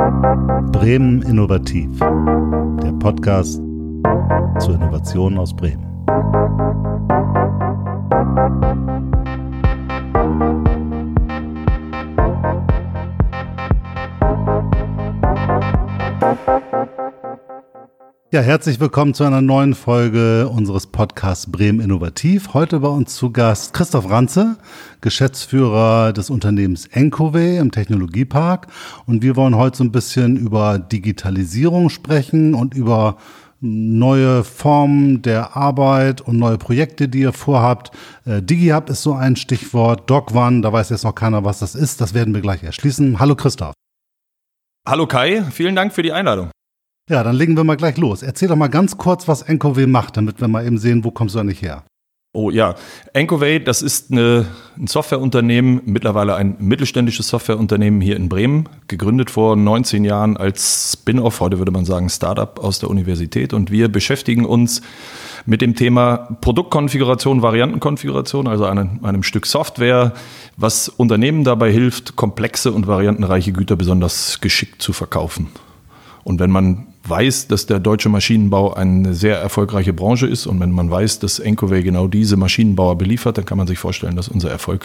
Bremen Innovativ, der Podcast zur Innovation aus Bremen. Ja, herzlich willkommen zu einer neuen Folge unseres Podcasts Bremen Innovativ. Heute bei uns zu Gast Christoph Ranze, Geschäftsführer des Unternehmens Encoway im Technologiepark. Und wir wollen heute so ein bisschen über Digitalisierung sprechen und über neue Formen der Arbeit und neue Projekte, die ihr vorhabt. DigiHub ist so ein Stichwort, DocOne, da weiß jetzt noch keiner, was das ist. Das werden wir gleich erschließen. Hallo Christoph. Hallo Kai, vielen Dank für die Einladung. Ja, dann legen wir mal gleich los. Erzähl doch mal ganz kurz, was Encoway macht, damit wir mal eben sehen, wo kommst du eigentlich her? Oh ja, Encoway, das ist ein Softwareunternehmen, mittlerweile ein mittelständisches Softwareunternehmen hier in Bremen, gegründet vor 19 Jahren als Spin-off, heute würde man sagen Startup aus der Universität. Und wir beschäftigen uns mit dem Thema Produktkonfiguration, Variantenkonfiguration, also einem Stück Software, was Unternehmen dabei hilft, komplexe und variantenreiche Güter besonders geschickt zu verkaufen. Und wenn man weiß, dass der deutsche Maschinenbau eine sehr erfolgreiche Branche ist und wenn man weiß, dass Encoway genau diese Maschinenbauer beliefert, dann kann man sich vorstellen, dass unser Erfolg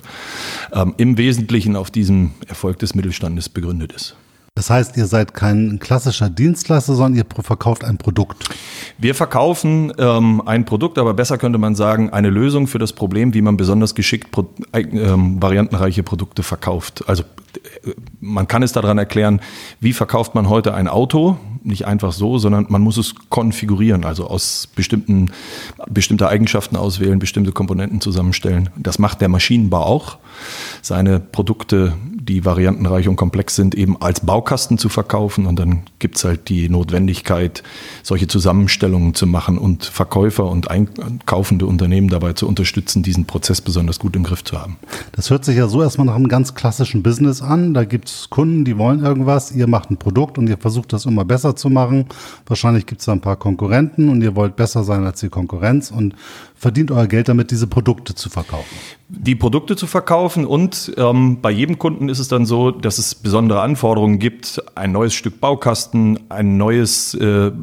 im Wesentlichen auf diesem Erfolg des Mittelstandes begründet ist. Das heißt, ihr seid kein klassischer Dienstleister, sondern ihr verkauft ein Produkt. Wir verkaufen ein Produkt, aber besser könnte man sagen, eine Lösung für das Problem, wie man besonders geschickt variantenreiche Produkte verkauft. Also man kann es daran erklären, wie verkauft man heute ein Auto? Nicht einfach so, sondern man muss es konfigurieren, also aus bestimmte Eigenschaften auswählen, bestimmte Komponenten zusammenstellen. Das macht der Maschinenbau auch. Seine Produkte, die variantenreich und komplex sind, eben als Baukasten zu verkaufen. Und dann gibt es halt die Notwendigkeit, solche Zusammenstellungen zu machen und Verkäufer und einkaufende Unternehmen dabei zu unterstützen, diesen Prozess besonders gut im Griff zu haben. Das hört sich ja so erstmal nach einem ganz klassischen Business an. Da gibt es Kunden, die wollen irgendwas, ihr macht ein Produkt und ihr versucht das immer besser zu machen. Wahrscheinlich gibt es da ein paar Konkurrenten und ihr wollt besser sein als die Konkurrenz und verdient euer Geld damit, diese Produkte zu verkaufen. Die Produkte zu verkaufen und bei jedem Kunden ist es dann so, dass es besondere Anforderungen gibt, ein neues Stück Baukasten, ein neues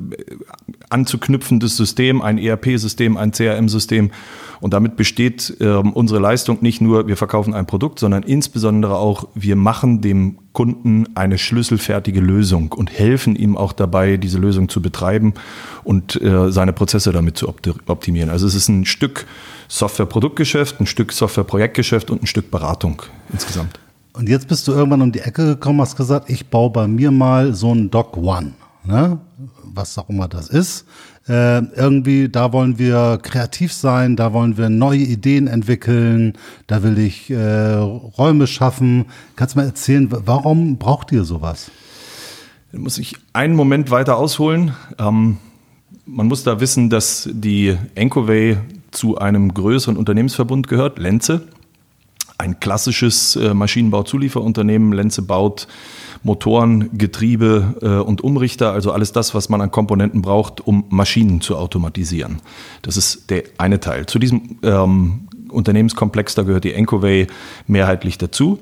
anzuknüpfendes System, ein ERP-System, ein CRM-System. Und damit besteht unsere Leistung nicht nur, wir verkaufen ein Produkt, sondern insbesondere auch, wir machen dem Kunden eine schlüsselfertige Lösung und helfen ihm auch dabei, diese Lösung zu betreiben und seine Prozesse damit zu optimieren. Also es ist ein Stück Software-Produktgeschäft, ein Stück Software-Projektgeschäft und ein Stück Beratung insgesamt. Und jetzt bist du irgendwann um die Ecke gekommen, hast gesagt, ich baue bei mir mal so ein DocOne, ne? Was auch immer das ist. Irgendwie, da wollen wir kreativ sein, da wollen wir neue Ideen entwickeln, da will ich Räume schaffen. Kannst du mal erzählen, warum braucht ihr sowas? Da muss ich einen Moment weiter ausholen. Man muss da wissen, dass die Encoway zu einem größeren Unternehmensverbund gehört, Lenze. Ein klassisches Maschinenbauzulieferunternehmen. Lenze baut Motoren, Getriebe und Umrichter, also alles das, was man an Komponenten braucht, um Maschinen zu automatisieren. Das ist der eine Teil. Zu diesem Unternehmenskomplex, da gehört die Encoway mehrheitlich dazu.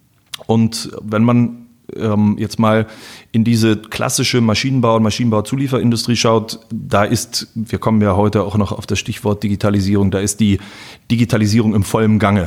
Und wenn man jetzt mal in diese klassische Maschinenbau- und Maschinenbauzulieferindustrie schaut, wir kommen ja heute auch noch auf das Stichwort Digitalisierung, da ist die Digitalisierung im vollen Gange.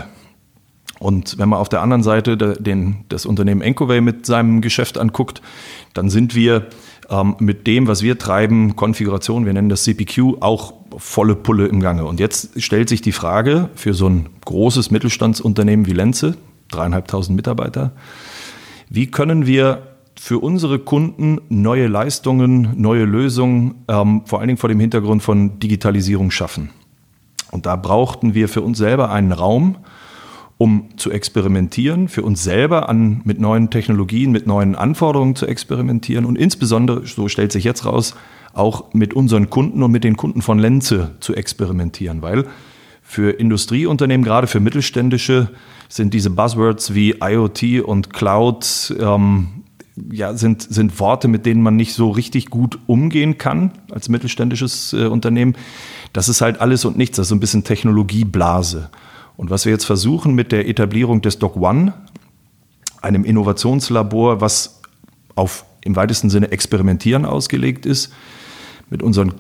Und wenn man auf der anderen Seite das Unternehmen Encoway mit seinem Geschäft anguckt, dann sind wir mit dem, was wir treiben, Konfiguration, wir nennen das CPQ, auch volle Pulle im Gange. Und jetzt stellt sich die Frage für so ein großes Mittelstandsunternehmen wie Lenze, 3.500 Mitarbeiter, wie können wir für unsere Kunden neue Leistungen, neue Lösungen, vor allen Dingen vor dem Hintergrund von Digitalisierung schaffen? Und da brauchten wir für uns selber einen Raum, um zu experimentieren, für uns selber mit neuen Technologien, mit neuen Anforderungen zu experimentieren und insbesondere, so stellt sich jetzt raus, auch mit unseren Kunden und mit den Kunden von Lenze zu experimentieren, weil für Industrieunternehmen, gerade für mittelständische, sind diese Buzzwords wie IoT und Cloud sind Worte, mit denen man nicht so richtig gut umgehen kann als mittelständisches Unternehmen. Das ist halt alles und nichts, das ist so ein bisschen Technologieblase. Und was wir jetzt versuchen mit der Etablierung des DocOne, einem Innovationslabor, was auf im weitesten Sinne Experimentieren ausgelegt ist, mit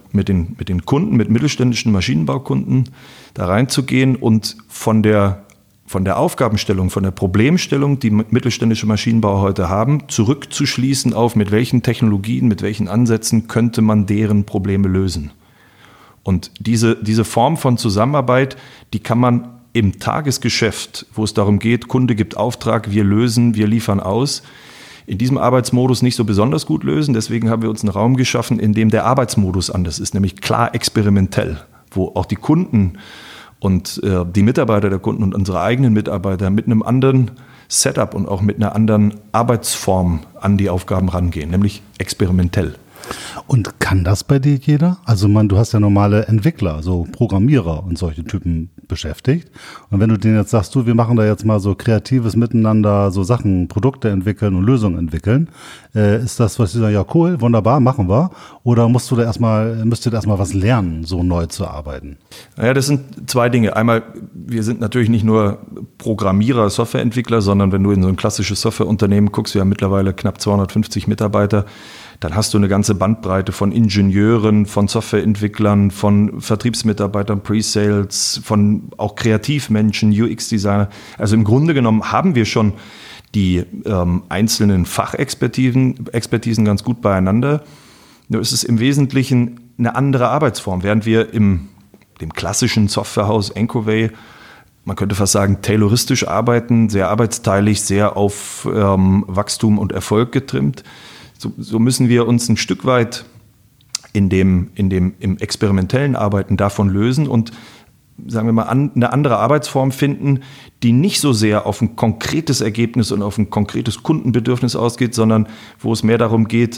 den Kunden, mit mittelständischen Maschinenbaukunden da reinzugehen und von der Aufgabenstellung, von der Problemstellung, die mittelständische Maschinenbauer heute haben, zurückzuschließen auf, mit welchen Technologien, mit welchen Ansätzen könnte man deren Probleme lösen. Und diese Form von Zusammenarbeit, die kann man im Tagesgeschäft, wo es darum geht, Kunde gibt Auftrag, wir lösen, wir liefern aus, in diesem Arbeitsmodus nicht so besonders gut lösen. Deswegen haben wir uns einen Raum geschaffen, in dem der Arbeitsmodus anders ist, nämlich klar experimentell, wo auch die Kunden und die Mitarbeiter der Kunden und unsere eigenen Mitarbeiter mit einem anderen Setup und auch mit einer anderen Arbeitsform an die Aufgaben rangehen, nämlich experimentell. Und kann das bei dir jeder? Also du hast ja normale Entwickler, so Programmierer und solche Typen beschäftigt. Und wenn du denen jetzt sagst, wir machen da jetzt mal so kreatives Miteinander, so Sachen, Produkte entwickeln und Lösungen entwickeln, ist das, was sie sagen, ja cool, wunderbar, machen wir? Oder müsst ihr da erstmal was lernen, so neu zu arbeiten? Naja, das sind zwei Dinge. Einmal, wir sind natürlich nicht nur Programmierer, Softwareentwickler, sondern wenn du in so ein klassisches Softwareunternehmen guckst, wir haben mittlerweile knapp 250 Mitarbeiter, dann hast du eine ganze Bandbreite von Ingenieuren, von Softwareentwicklern, von Vertriebsmitarbeitern, Pre-Sales, von auch Kreativmenschen, UX-Designer. Also im Grunde genommen haben wir schon die einzelnen Fachexpertisen ganz gut beieinander. Nur ist es im Wesentlichen eine andere Arbeitsform. Während wir dem klassischen Softwarehaus Encovey, man könnte fast sagen, tayloristisch arbeiten, sehr arbeitsteilig, sehr auf Wachstum und Erfolg getrimmt, so müssen wir uns ein Stück weit im experimentellen Arbeiten davon lösen und, sagen wir mal, eine andere Arbeitsform finden, die nicht so sehr auf ein konkretes Ergebnis und auf ein konkretes Kundenbedürfnis ausgeht, sondern wo es mehr darum geht,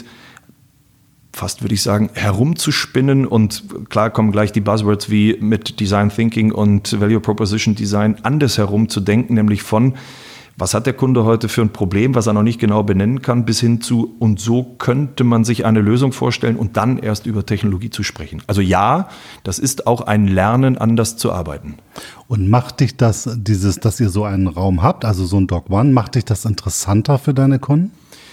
fast würde ich sagen, herumzuspinnen. Und klar kommen gleich die Buzzwords wie mit Design Thinking und Value Proposition Design anders herumzudenken, nämlich von was hat der Kunde heute für ein Problem, was er noch nicht genau benennen kann, bis hin zu, und so könnte man sich eine Lösung vorstellen und dann erst über Technologie zu sprechen. Also ja, das ist auch ein Lernen, anders zu arbeiten. Und macht dich dass ihr so einen Raum habt, also so ein Doc One, macht dich das interessanter für deine Kunden?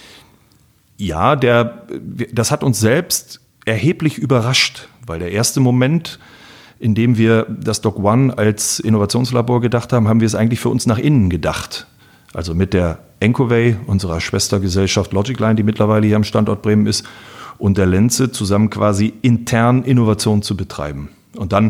Ja, das hat uns selbst erheblich überrascht, weil der erste Moment, in dem wir das Doc One als Innovationslabor gedacht haben, haben wir es eigentlich für uns nach innen gedacht. Also mit der Encovey, unserer Schwestergesellschaft Logicline, die mittlerweile hier am Standort Bremen ist, und der Lenze zusammen quasi intern Innovation zu betreiben. Und dann,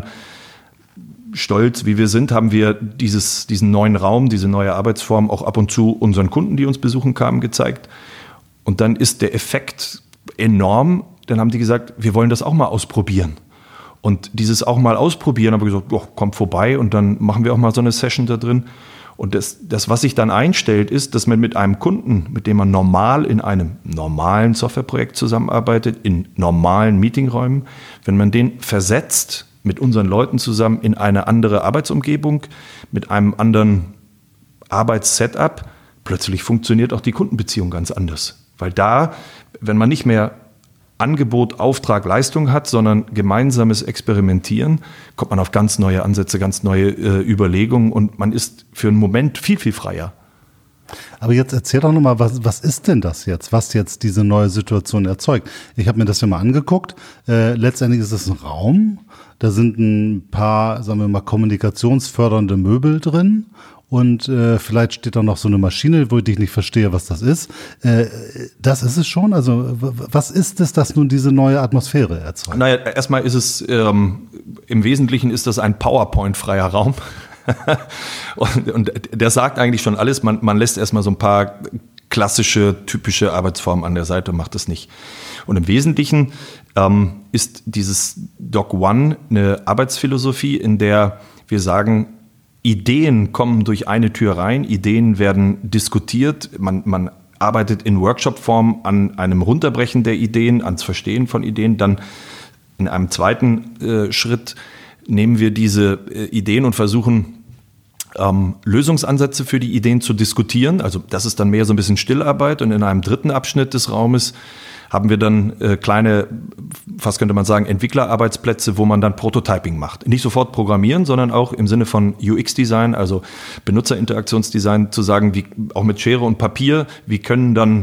stolz wie wir sind, haben wir diesen neuen Raum, diese neue Arbeitsform auch ab und zu unseren Kunden, die uns besuchen kamen, gezeigt. Und dann ist der Effekt enorm. Dann haben die gesagt, wir wollen das auch mal ausprobieren. Und dieses auch mal ausprobieren, haben wir gesagt, kommt vorbei und dann machen wir auch mal so eine Session da drin. Und das, was sich dann einstellt, ist, dass man mit einem Kunden, mit dem man normal in einem normalen Softwareprojekt zusammenarbeitet, in normalen Meetingräumen, wenn man den versetzt mit unseren Leuten zusammen in eine andere Arbeitsumgebung, mit einem anderen Arbeitssetup, plötzlich funktioniert auch die Kundenbeziehung ganz anders. Weil da, wenn man nicht mehr Angebot, Auftrag, Leistung hat, sondern gemeinsames Experimentieren, kommt man auf ganz neue Ansätze, ganz neue Überlegungen und man ist für einen Moment viel, viel freier. Aber jetzt erzähl doch nochmal, was ist denn das jetzt, was jetzt diese neue Situation erzeugt? Ich habe mir das ja mal angeguckt. Letztendlich ist es ein Raum, da sind ein paar, sagen wir mal, kommunikationsfördernde Möbel drin. Und vielleicht steht da noch so eine Maschine, wo ich nicht verstehe, was das ist. Das ist es schon? Also was ist es, das nun diese neue Atmosphäre erzeugt? Naja, erstmal ist es, im Wesentlichen ist das ein PowerPoint-freier Raum. und der sagt eigentlich schon alles. Man lässt erstmal so ein paar klassische, typische Arbeitsformen an der Seite und macht das nicht. Und im Wesentlichen ist dieses Doc One eine Arbeitsphilosophie, in der wir sagen, Ideen kommen durch eine Tür rein, Ideen werden diskutiert, man arbeitet in Workshop-Form an einem Runterbrechen der Ideen, ans Verstehen von Ideen. Dann in einem zweiten Schritt nehmen wir diese Ideen und versuchen, Lösungsansätze für die Ideen zu diskutieren. Also das ist dann mehr so ein bisschen Stillarbeit. Und in einem dritten Abschnitt des Raumes haben wir dann kleine, fast könnte man sagen, Entwicklerarbeitsplätze, wo man dann Prototyping macht. Nicht sofort programmieren, sondern auch im Sinne von UX-Design, also Benutzerinteraktionsdesign, zu sagen, wie auch mit Schere und Papier, wie können dann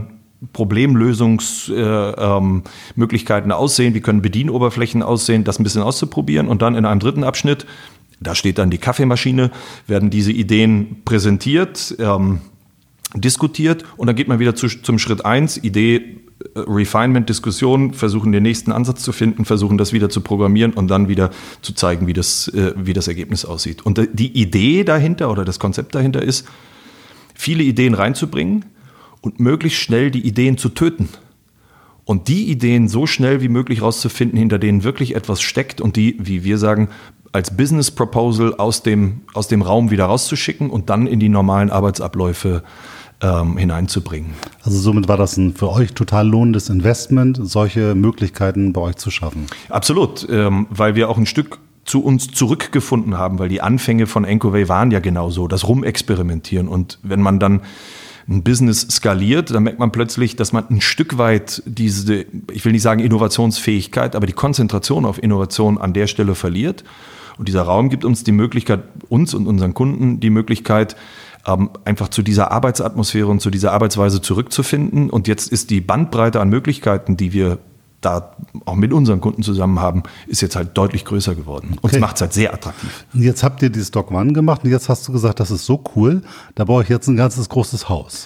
Problemlösungsmöglichkeiten aussehen, wie können Bedienoberflächen aussehen, das ein bisschen auszuprobieren und dann in einem dritten Abschnitt, da steht dann die Kaffeemaschine, werden diese Ideen präsentiert, diskutiert und dann geht man wieder zum Schritt 1, Idee, Refinement, Diskussion, versuchen den nächsten Ansatz zu finden, versuchen das wieder zu programmieren und dann wieder zu zeigen, wie das Ergebnis aussieht. Und die Idee dahinter oder das Konzept dahinter ist, viele Ideen reinzubringen und möglichst schnell die Ideen zu töten. Und die Ideen so schnell wie möglich rauszufinden, hinter denen wirklich etwas steckt und die, wie wir sagen, als Business Proposal aus dem Raum wieder rauszuschicken und dann in die normalen Arbeitsabläufe hineinzubringen. Also somit war das ein für euch total lohnendes Investment, solche Möglichkeiten bei euch zu schaffen. Absolut, weil wir auch ein Stück zu uns zurückgefunden haben, weil die Anfänge von Encovey waren ja genau so, das Rumexperimentieren. Und wenn man dann ein Business skaliert, dann merkt man plötzlich, dass man ein Stück weit diese, ich will nicht sagen Innovationsfähigkeit, aber die Konzentration auf Innovation an der Stelle verliert. Und dieser Raum gibt uns die Möglichkeit, uns und unseren Kunden die Möglichkeit, einfach zu dieser Arbeitsatmosphäre und zu dieser Arbeitsweise zurückzufinden. Und jetzt ist die Bandbreite an Möglichkeiten, die wir da auch mit unseren Kunden zusammen haben, ist jetzt halt deutlich größer geworden. Und es macht es halt sehr attraktiv. Und jetzt habt ihr dieses Dock One gemacht und jetzt hast du gesagt, das ist so cool, da baue ich jetzt ein ganzes großes Haus.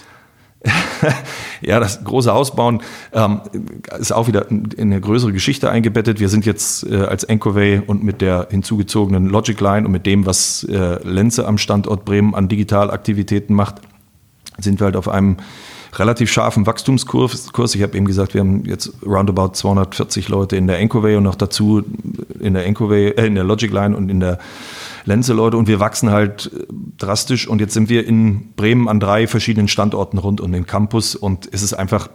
Ja, das große Haus bauen ist auch wieder in eine größere Geschichte eingebettet. Wir sind jetzt als Encovey und mit der hinzugezogenen Logic Line und mit dem, was Lenze am Standort Bremen an Digitalaktivitäten macht, sind wir halt auf einem relativ scharfen Wachstumskurs. Ich habe eben gesagt, wir haben jetzt roundabout 240 Leute in der Encovey und noch dazu in der Logic Line und in der Lenze Leute und wir wachsen halt drastisch und jetzt sind wir in Bremen an 3 verschiedenen Standorten rund um den Campus und es ist einfach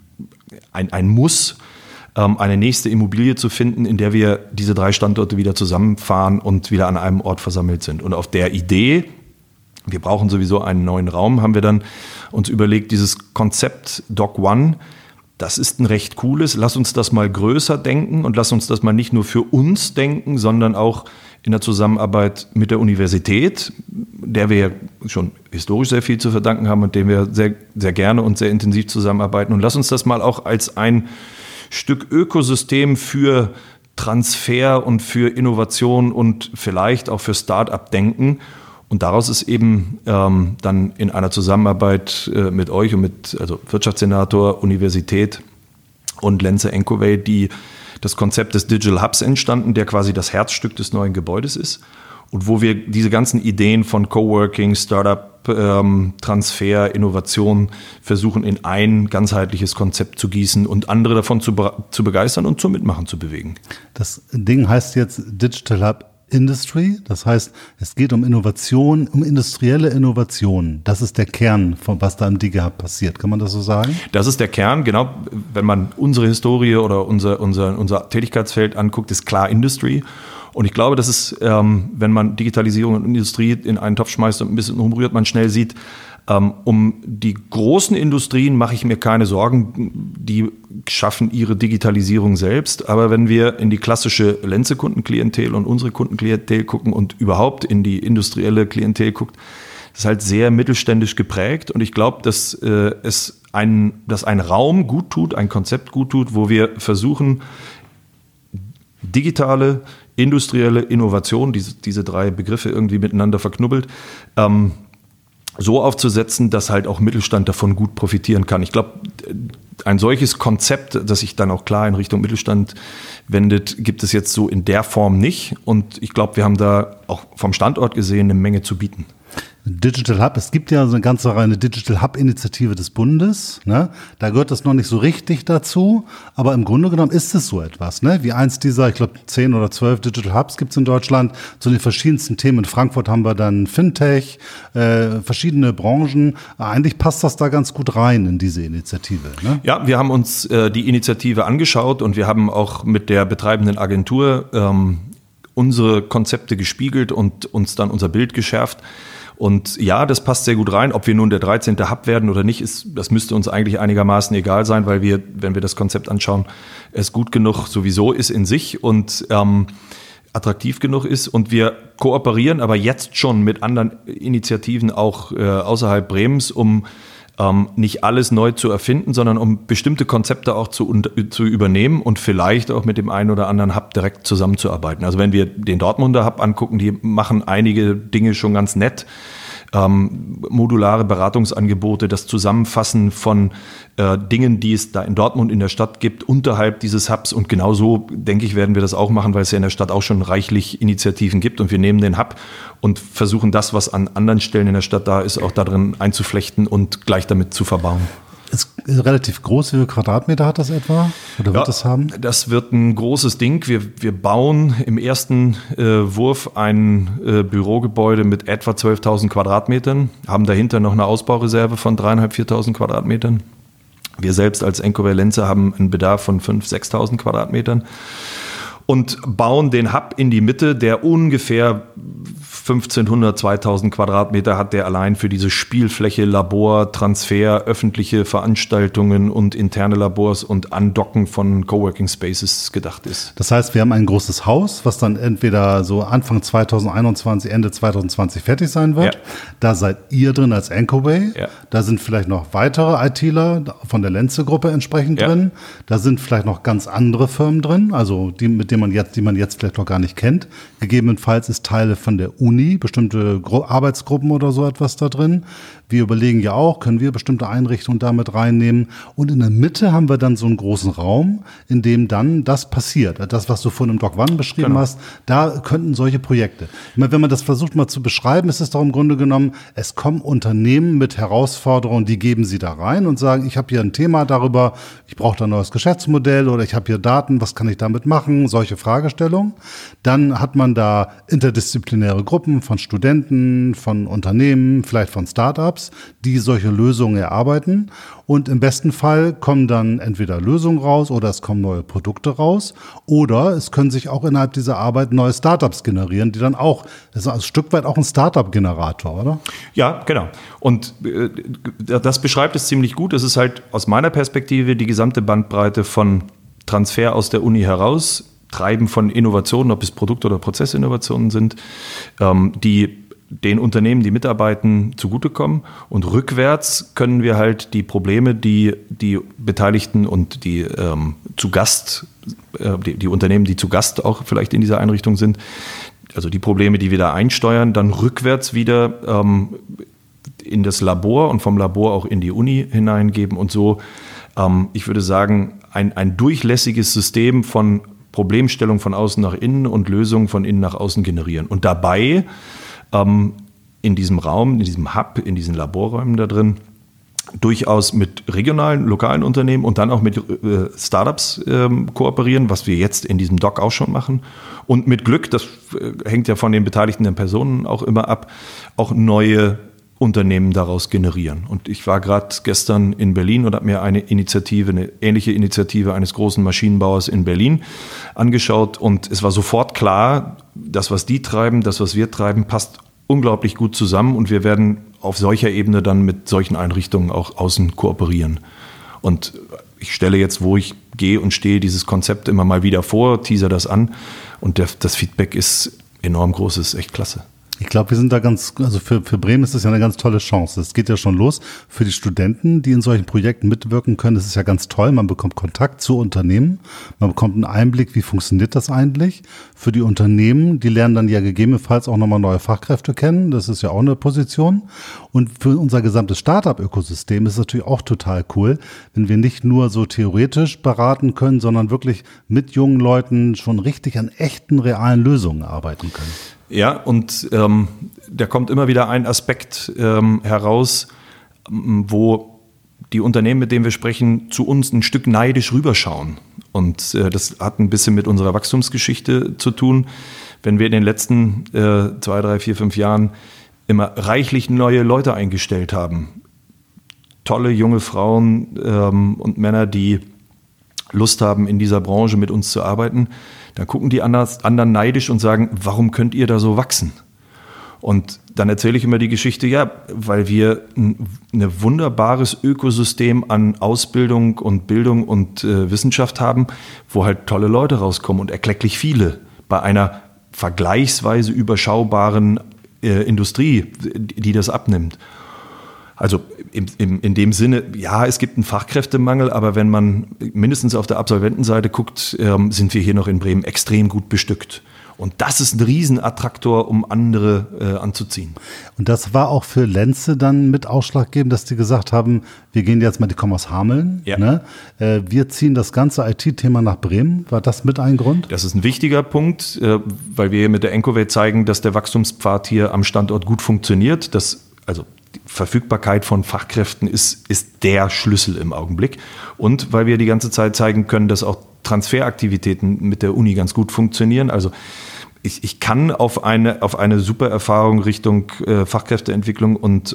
ein Muss, eine nächste Immobilie zu finden, in der wir diese 3 Standorte wieder zusammenfahren und wieder an einem Ort versammelt sind. Und auf der Idee, wir brauchen sowieso einen neuen Raum, haben wir dann uns überlegt, dieses Konzept Dock One, das ist ein recht cooles, lass uns das mal größer denken und lass uns das mal nicht nur für uns denken, sondern auch in der Zusammenarbeit mit der Universität, der wir ja schon historisch sehr viel zu verdanken haben und dem wir sehr, sehr gerne und sehr intensiv zusammenarbeiten. Und lass uns das mal auch als ein Stück Ökosystem für Transfer und für Innovation und vielleicht auch für Start-up denken. Und daraus ist eben dann in einer Zusammenarbeit mit euch und mit Wirtschaftssenator, Universität und Lenze Encovey das Konzept des Digital Hubs entstanden, der quasi das Herzstück des neuen Gebäudes ist. Und wo wir diese ganzen Ideen von Coworking, Startup, Transfer, Innovation versuchen in ein ganzheitliches Konzept zu gießen und andere davon zu begeistern und zum Mitmachen zu bewegen. Das Ding heißt jetzt Digital Hub Industry, das heißt, es geht um Innovation, um industrielle Innovation. Das ist der Kern, von was da im DigiHub passiert. Kann man das so sagen? Das ist der Kern, genau. Wenn man unsere Historie oder unser Tätigkeitsfeld anguckt, ist klar Industry. Und ich glaube, das ist, wenn man Digitalisierung und Industrie in einen Topf schmeißt und ein bisschen umrührt, man schnell sieht, um die großen Industrien mache ich mir keine Sorgen, die schaffen ihre Digitalisierung selbst. Aber wenn wir in die klassische Lenze-Kundenklientel und unsere Kundenklientel gucken und überhaupt in die industrielle Klientel guckt, ist halt sehr mittelständisch geprägt. Und ich glaube, dass ein Raum gut tut, ein Konzept gut tut, wo wir versuchen, digitale, industrielle Innovation, diese 3 Begriffe irgendwie miteinander verknubbelt, so aufzusetzen, dass halt auch Mittelstand davon gut profitieren kann. Ich glaube, ein solches Konzept, das sich dann auch klar in Richtung Mittelstand wendet, gibt es jetzt so in der Form nicht. Und ich glaube, wir haben da auch vom Standort gesehen eine Menge zu bieten. Digital Hub, es gibt ja so eine ganze reine Digital Hub-Initiative des Bundes, ne? Da gehört das noch nicht so richtig dazu, aber im Grunde genommen ist es so etwas, ne? Wie eins dieser, ich glaube 10 oder 12 Digital Hubs gibt es in Deutschland zu den verschiedensten Themen. In Frankfurt haben wir dann Fintech, verschiedene Branchen. Eigentlich passt das da ganz gut rein in diese Initiative, ne? Ja, wir haben uns die Initiative angeschaut und wir haben auch mit der betreibenden Agentur unsere Konzepte gespiegelt und uns dann unser Bild geschärft. Und ja, das passt sehr gut rein. Ob wir nun der 13. Hub werden oder nicht, das müsste uns eigentlich einigermaßen egal sein, weil wir, wenn wir das Konzept anschauen, es gut genug sowieso ist in sich und attraktiv genug ist. Und wir kooperieren aber jetzt schon mit anderen Initiativen auch außerhalb Bremens, um nicht alles neu zu erfinden, sondern um bestimmte Konzepte auch zu übernehmen und vielleicht auch mit dem einen oder anderen Hub direkt zusammenzuarbeiten. Also wenn wir den Dortmunder Hub angucken, die machen einige Dinge schon ganz nett. Modulare Beratungsangebote, das Zusammenfassen von Dingen, die es da in Dortmund in der Stadt gibt, unterhalb dieses Hubs. Und genauso, denke ich, werden wir das auch machen, weil es ja in der Stadt auch schon reichlich Initiativen gibt. Und wir nehmen den Hub und versuchen das, was an anderen Stellen in der Stadt da ist, auch darin einzuflechten und gleich damit zu verbauen. Ist relativ groß. Wie viele Quadratmeter hat das etwa? Oder wird das haben? Das wird ein großes Ding. Wir bauen im ersten Wurf ein Bürogebäude mit etwa 12.000 Quadratmetern, haben dahinter noch eine Ausbaureserve von 3.500, 4.000 Quadratmetern. Wir selbst als Encovay Lenze haben einen Bedarf von 5.000, 6.000 Quadratmetern und bauen den Hub in die Mitte, der ungefähr 1.500, 2.000 Quadratmeter hat, der allein für diese Spielfläche, Labor, Transfer, öffentliche Veranstaltungen und interne Labors und Andocken von Coworking Spaces gedacht ist. Das heißt, wir haben ein großes Haus, was dann entweder so Anfang 2021, Ende 2020 fertig sein wird. Ja. Da seid ihr drin als Encovay. Ja. Da sind vielleicht noch weitere ITler von der Lenze-Gruppe entsprechend drin. Da sind vielleicht noch ganz andere Firmen drin, also die man jetzt vielleicht noch gar nicht kennt. Gegebenenfalls ist Teile von der Uni, bestimmte Arbeitsgruppen oder so etwas da drin. Wir überlegen ja auch, können wir bestimmte Einrichtungen damit reinnehmen. Und in der Mitte haben wir dann so einen großen Raum, in dem dann das passiert. Das, was du vorhin im Doc One beschrieben hast, da könnten solche Projekte. Ich meine, wenn man das versucht mal zu beschreiben, ist es doch im Grunde genommen, es kommen Unternehmen mit Herausforderungen, die geben sie da rein und sagen, ich habe hier ein Thema darüber, ich brauche da ein neues Geschäftsmodell oder ich habe hier Daten, was kann ich damit machen? Solche Fragestellungen. Dann hat man da interdisziplinäre Gruppen von Studenten, von Unternehmen, vielleicht von Startups, die solche Lösungen erarbeiten. Und im besten Fall kommen dann entweder Lösungen raus oder es kommen neue Produkte raus. Oder es können sich auch innerhalb dieser Arbeit neue Startups generieren, die dann auch, das ist ein Stück weit auch ein Startup-Generator, oder? Ja, genau. Und das beschreibt es ziemlich gut. Es ist halt aus meiner Perspektive die gesamte Bandbreite von Transfer aus der Uni heraus, Treiben von Innovationen, ob es Produkt- oder Prozessinnovationen sind, die den Unternehmen, die mitarbeiten, zugutekommen. Und rückwärts können wir halt die Probleme, die Beteiligten und die Unternehmen, die zu Gast auch vielleicht in dieser Einrichtung sind, also die Probleme, die wir da einsteuern, dann rückwärts wieder in das Labor und vom Labor auch in die Uni hineingeben und so, ich würde sagen, ein durchlässiges System von Problemstellung von außen nach innen und Lösungen von innen nach außen generieren. Und dabei in diesem Raum, in diesem Hub, in diesen Laborräumen da drin, durchaus mit regionalen, lokalen Unternehmen und dann auch mit Startups kooperieren, was wir jetzt in diesem Doc auch schon machen. Und mit Glück, das hängt ja von den beteiligten Personen auch immer ab, auch neue Unternehmen daraus generieren. Und ich war gerade gestern in Berlin und habe mir eine ähnliche Initiative eines großen Maschinenbauers in Berlin angeschaut. Und es war sofort klar, das, was die treiben, das, was wir treiben, passt unglaublich gut zusammen. Und wir werden auf solcher Ebene dann mit solchen Einrichtungen auch außen kooperieren. Und ich stelle jetzt, wo ich gehe und stehe, dieses Konzept immer mal wieder vor, teaser das an. Und das Feedback ist enorm groß, ist echt klasse. Ich glaube, wir sind da also für Bremen ist das ja eine ganz tolle Chance. Es geht ja schon los für die Studenten, die in solchen Projekten mitwirken können. Das ist ja ganz toll. Man bekommt Kontakt zu Unternehmen. Man bekommt einen Einblick, wie funktioniert das eigentlich. Für die Unternehmen, die lernen dann ja gegebenenfalls auch nochmal neue Fachkräfte kennen. Das ist ja auch eine Position. Und für unser gesamtes Startup-Ökosystem ist es natürlich auch total cool, wenn wir nicht nur so theoretisch beraten können, sondern wirklich mit jungen Leuten schon richtig an echten, realen Lösungen arbeiten können. Ja, und da kommt immer wieder ein Aspekt heraus, wo die Unternehmen, mit denen wir sprechen, zu uns ein Stück neidisch rüberschauen. Und das hat ein bisschen mit unserer Wachstumsgeschichte zu tun. Wenn wir in den letzten 2, 3, 4, 5 Jahren immer reichlich neue Leute eingestellt haben, tolle junge Frauen und Männer, die Lust haben, in dieser Branche mit uns zu arbeiten, dann gucken die anderen neidisch und sagen, warum könnt ihr da so wachsen? Und dann erzähle ich immer die Geschichte, ja, weil wir ein wunderbares Ökosystem an Ausbildung und Bildung und Wissenschaft haben, wo halt tolle Leute rauskommen und erklecklich viele bei einer vergleichsweise überschaubaren Industrie, die das abnimmt. Also in dem Sinne, ja, es gibt einen Fachkräftemangel, aber wenn man mindestens auf der Absolventenseite guckt, sind wir hier noch in Bremen extrem gut bestückt. Und das ist ein Riesenattraktor, um andere anzuziehen. Und das war auch für Lenze dann mit ausschlaggebend, dass die gesagt haben, wir gehen jetzt mal, die kommen aus Hameln, ja. Ne? Wir ziehen das ganze IT-Thema nach Bremen. War das mit ein Grund? Das ist ein wichtiger Punkt, weil wir mit der Encovate zeigen, dass der Wachstumspfad hier am Standort gut funktioniert. Also die Verfügbarkeit von Fachkräften ist der Schlüssel im Augenblick. Und weil wir die ganze Zeit zeigen können, dass auch Transferaktivitäten mit der Uni ganz gut funktionieren. Also ich kann auf eine super Erfahrung Richtung Fachkräfteentwicklung und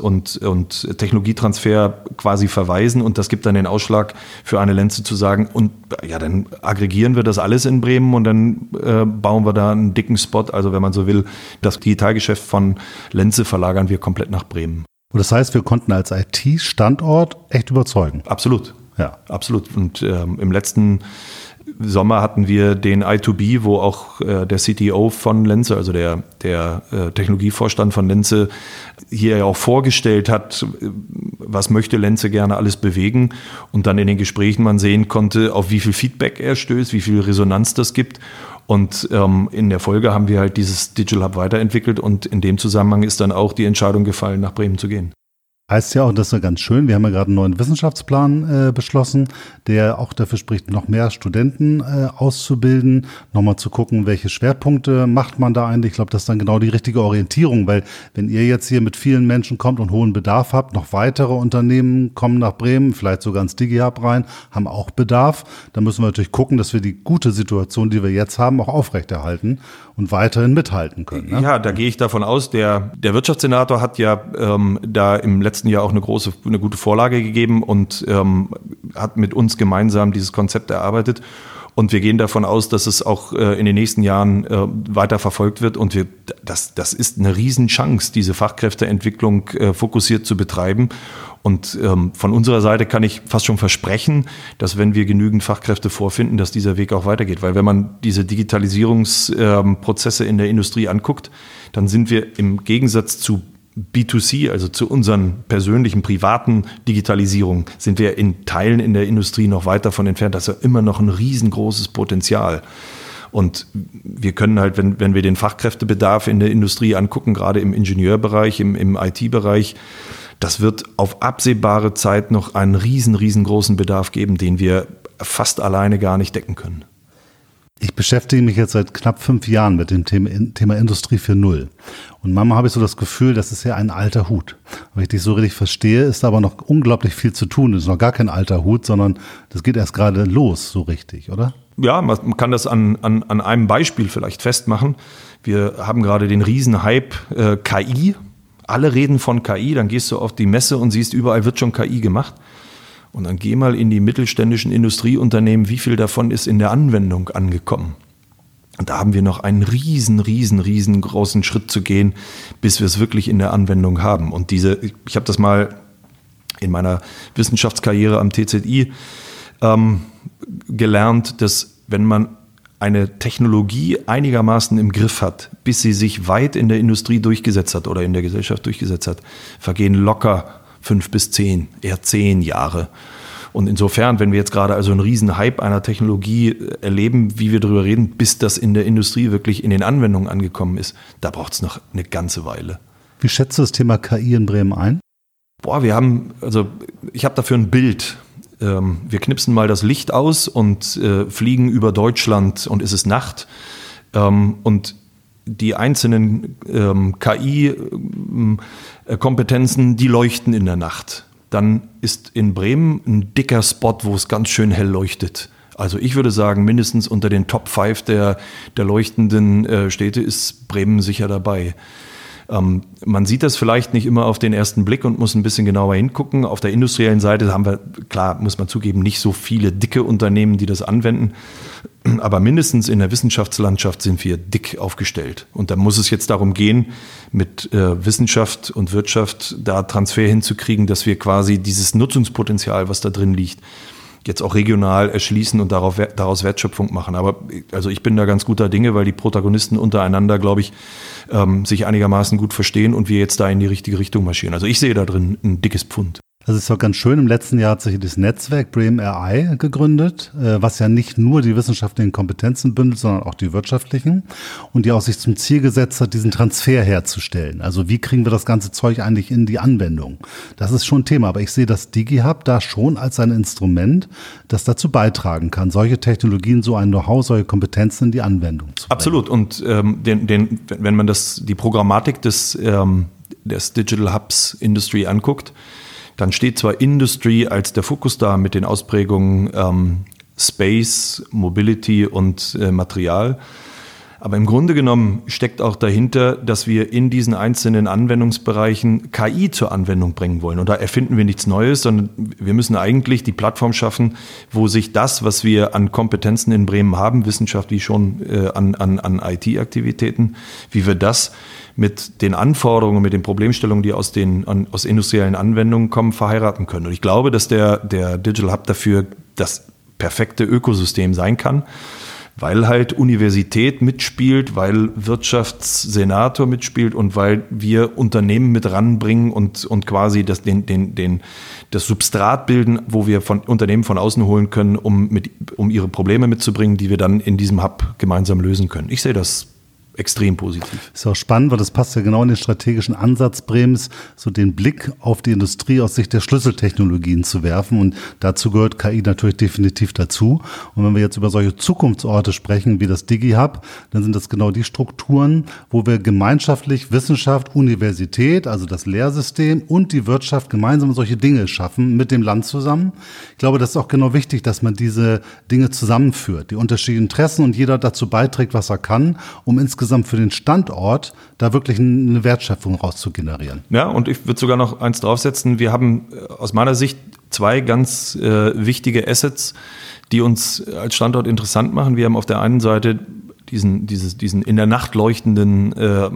Technologietransfer quasi verweisen. Und das gibt dann den Ausschlag für eine Lenze zu sagen, und ja, dann aggregieren wir das alles in Bremen und dann bauen wir da einen dicken Spot. Also wenn man so will, das Digitalgeschäft von Lenze verlagern wir komplett nach Bremen. Und das heißt, wir konnten als IT-Standort echt überzeugen. Absolut. Ja. Absolut. Und im letzten Sommer hatten wir den I2B, wo auch der CTO von Lenze, also der Technologievorstand von Lenze, hier ja auch vorgestellt hat, was möchte Lenze gerne alles bewegen, und dann in den Gesprächen man sehen konnte, auf wie viel Feedback er stößt, wie viel Resonanz das gibt. Und in der Folge haben wir halt dieses Digital Hub weiterentwickelt, und in dem Zusammenhang ist dann auch die Entscheidung gefallen, nach Bremen zu gehen. Heißt ja auch, das ist ja ganz schön, wir haben ja gerade einen neuen Wissenschaftsplan beschlossen, der auch dafür spricht, noch mehr Studenten auszubilden, nochmal zu gucken, welche Schwerpunkte macht man da eigentlich. Ich glaube, das ist dann genau die richtige Orientierung, weil wenn ihr jetzt hier mit vielen Menschen kommt und hohen Bedarf habt, noch weitere Unternehmen kommen nach Bremen, vielleicht sogar ins DigiHub rein, haben auch Bedarf, dann müssen wir natürlich gucken, dass wir die gute Situation, die wir jetzt haben, auch aufrechterhalten und weiterhin mithalten können. Ne? Ja, da gehe ich davon aus, der Wirtschaftssenator hat ja da im letzten Jahr auch eine gute Vorlage gegeben und hat mit uns gemeinsam dieses Konzept erarbeitet. Und wir gehen davon aus, dass es auch in den nächsten Jahren weiter verfolgt wird. Und das ist eine Riesenchance, diese Fachkräfteentwicklung fokussiert zu betreiben. Und von unserer Seite kann ich fast schon versprechen, dass wenn wir genügend Fachkräfte vorfinden, dass dieser Weg auch weitergeht. Weil wenn man diese Digitalisierungsprozesse in der Industrie anguckt, dann sind wir im Gegensatz zu B2C, also zu unseren persönlichen, privaten Digitalisierungen, sind wir in Teilen in der Industrie noch weit davon entfernt. Das ist ja immer noch ein riesengroßes Potenzial. Und wir können halt, wenn wir den Fachkräftebedarf in der Industrie angucken, gerade im Ingenieurbereich, im IT-Bereich, das wird auf absehbare Zeit noch einen riesengroßen Bedarf geben, den wir fast alleine gar nicht decken können. Ich beschäftige mich jetzt seit knapp 5 Jahren mit dem Thema Industrie 4.0. Und manchmal habe ich so das Gefühl, das ist ja ein alter Hut. Wenn ich dich so richtig verstehe, ist aber noch unglaublich viel zu tun. Das ist noch gar kein alter Hut, sondern das geht erst gerade los, so richtig, oder? Ja, man kann das an einem Beispiel vielleicht festmachen. Wir haben gerade den Riesenhype KI. Alle reden von KI, dann gehst du auf die Messe und siehst, überall wird schon KI gemacht. Und dann geh mal in die mittelständischen Industrieunternehmen, wie viel davon ist in der Anwendung angekommen? Und da haben wir noch einen riesengroßen Schritt zu gehen, bis wir es wirklich in der Anwendung haben. Und ich habe das mal in meiner Wissenschaftskarriere am TZI gelernt, dass wenn man eine Technologie einigermaßen im Griff hat, bis sie sich weit in der Industrie durchgesetzt hat oder in der Gesellschaft durchgesetzt hat, vergehen locker 5 bis 10, eher 10 Jahre. Und insofern, wenn wir jetzt gerade also einen riesen Hype einer Technologie erleben, wie wir darüber reden, bis das in der Industrie wirklich in den Anwendungen angekommen ist, da braucht es noch eine ganze Weile. Wie schätzt du das Thema KI in Bremen ein? Ich habe dafür ein Bild. Wir knipsen mal das Licht aus und fliegen über Deutschland und es ist Nacht. Und die einzelnen KI-Kompetenzen, die leuchten in der Nacht. Dann ist in Bremen ein dicker Spot, wo es ganz schön hell leuchtet. Also ich würde sagen, mindestens unter den Top 5 der leuchtenden Städte ist Bremen sicher dabei. Man sieht das vielleicht nicht immer auf den ersten Blick und muss ein bisschen genauer hingucken. Auf der industriellen Seite haben wir, klar, muss man zugeben, nicht so viele dicke Unternehmen, die das anwenden. Aber mindestens in der Wissenschaftslandschaft sind wir dick aufgestellt. Und da muss es jetzt darum gehen, mit Wissenschaft und Wirtschaft da Transfer hinzukriegen, dass wir quasi dieses Nutzungspotenzial, was da drin liegt, jetzt auch regional erschließen und daraus Wertschöpfung machen. Aber also ich bin da ganz guter Dinge, weil die Protagonisten untereinander, glaube ich, sich einigermaßen gut verstehen und wir jetzt da in die richtige Richtung marschieren. Also ich sehe da drin ein dickes Pfund. Das ist doch ganz schön. Im letzten Jahr hat sich das Netzwerk Bremen AI gegründet, was ja nicht nur die wissenschaftlichen Kompetenzen bündelt, sondern auch die wirtschaftlichen und die auch sich zum Ziel gesetzt hat, diesen Transfer herzustellen. Also wie kriegen wir das ganze Zeug eigentlich in die Anwendung? Das ist schon ein Thema, aber ich sehe das DigiHub da schon als ein Instrument, das dazu beitragen kann, solche Technologien, so ein Know-how, solche Kompetenzen in die Anwendung zu bringen. Absolut. Und wenn man die Programmatik des Digital Hubs Industry anguckt, dann steht zwar Industry als der Fokus da mit den Ausprägungen Space, Mobility und Material, aber im Grunde genommen steckt auch dahinter, dass wir in diesen einzelnen Anwendungsbereichen KI zur Anwendung bringen wollen. Und da erfinden wir nichts Neues, sondern wir müssen eigentlich die Plattform schaffen, wo sich das, was wir an Kompetenzen in Bremen haben, Wissenschaft wie schon an IT-Aktivitäten, wie wir das mit den Anforderungen, mit den Problemstellungen, die aus industriellen Anwendungen kommen, verheiraten können. Und ich glaube, dass der Digital Hub dafür das perfekte Ökosystem sein kann, weil halt Universität mitspielt, weil Wirtschaftssenator mitspielt und weil wir Unternehmen mit ranbringen und quasi das Substrat bilden, wo wir von Unternehmen von außen holen können, um ihre Probleme mitzubringen, die wir dann in diesem Hub gemeinsam lösen können. Ich sehe das extrem positiv. Ist auch spannend, weil das passt ja genau in den strategischen Ansatz Bremens, so den Blick auf die Industrie aus Sicht der Schlüsseltechnologien zu werfen. Und dazu gehört KI natürlich definitiv dazu. Und wenn wir jetzt über solche Zukunftsorte sprechen, wie das DigiHub, dann sind das genau die Strukturen, wo wir gemeinschaftlich Wissenschaft, Universität, also das Lehrsystem und die Wirtschaft gemeinsam solche Dinge schaffen mit dem Land zusammen. Ich glaube, das ist auch genau wichtig, dass man diese Dinge zusammenführt, die unterschiedlichen Interessen und jeder dazu beiträgt, was er kann, um insgesamt für den Standort da wirklich eine Wertschöpfung rauszugenerieren. Ja, und ich würde sogar noch eins draufsetzen. Wir haben aus meiner Sicht zwei ganz wichtige Assets, die uns als Standort interessant machen. Wir haben auf der einen Seite diesen in der Nacht leuchtenden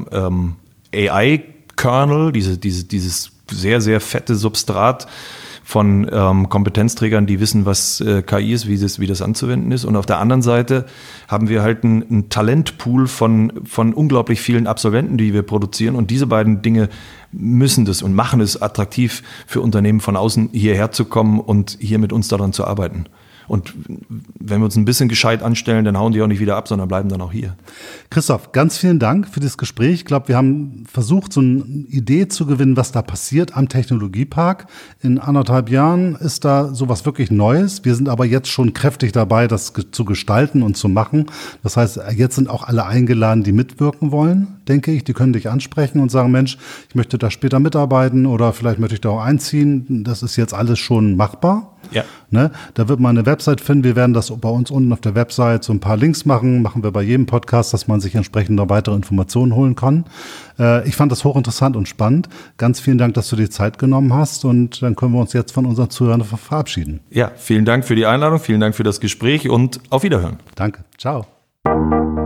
AI-Kernel, dieses sehr, sehr fette Substrat von Kompetenzträgern, die wissen, was KI ist, wie das anzuwenden ist. Und auf der anderen Seite haben wir halt einen Talentpool von unglaublich vielen Absolventen, die wir produzieren. Und diese beiden Dinge müssen das und machen es attraktiv für Unternehmen von außen, hierher zu kommen und hier mit uns daran zu arbeiten. Und wenn wir uns ein bisschen gescheit anstellen, dann hauen die auch nicht wieder ab, sondern bleiben dann auch hier. Christoph, ganz vielen Dank für das Gespräch. Ich glaube, wir haben versucht, so eine Idee zu gewinnen, was da passiert am Technologiepark. In 1,5 Jahren ist da sowas wirklich Neues. Wir sind aber jetzt schon kräftig dabei, das zu gestalten und zu machen. Das heißt, jetzt sind auch alle eingeladen, die mitwirken wollen, denke ich. Die können dich ansprechen und sagen, Mensch, ich möchte da später mitarbeiten oder vielleicht möchte ich da auch einziehen. Das ist jetzt alles schon machbar. Ja. Ne? Da wird man eine Website finden. Wir werden das bei uns unten auf der Website so ein paar Links machen wir bei jedem Podcast, dass man sich entsprechend noch weitere Informationen holen kann. Ich fand das hochinteressant und spannend. Ganz vielen Dank, dass du dir Zeit genommen hast und dann können wir uns jetzt von unseren Zuhörern verabschieden. Ja, vielen Dank für die Einladung, vielen Dank für das Gespräch und auf Wiederhören. Danke. Ciao.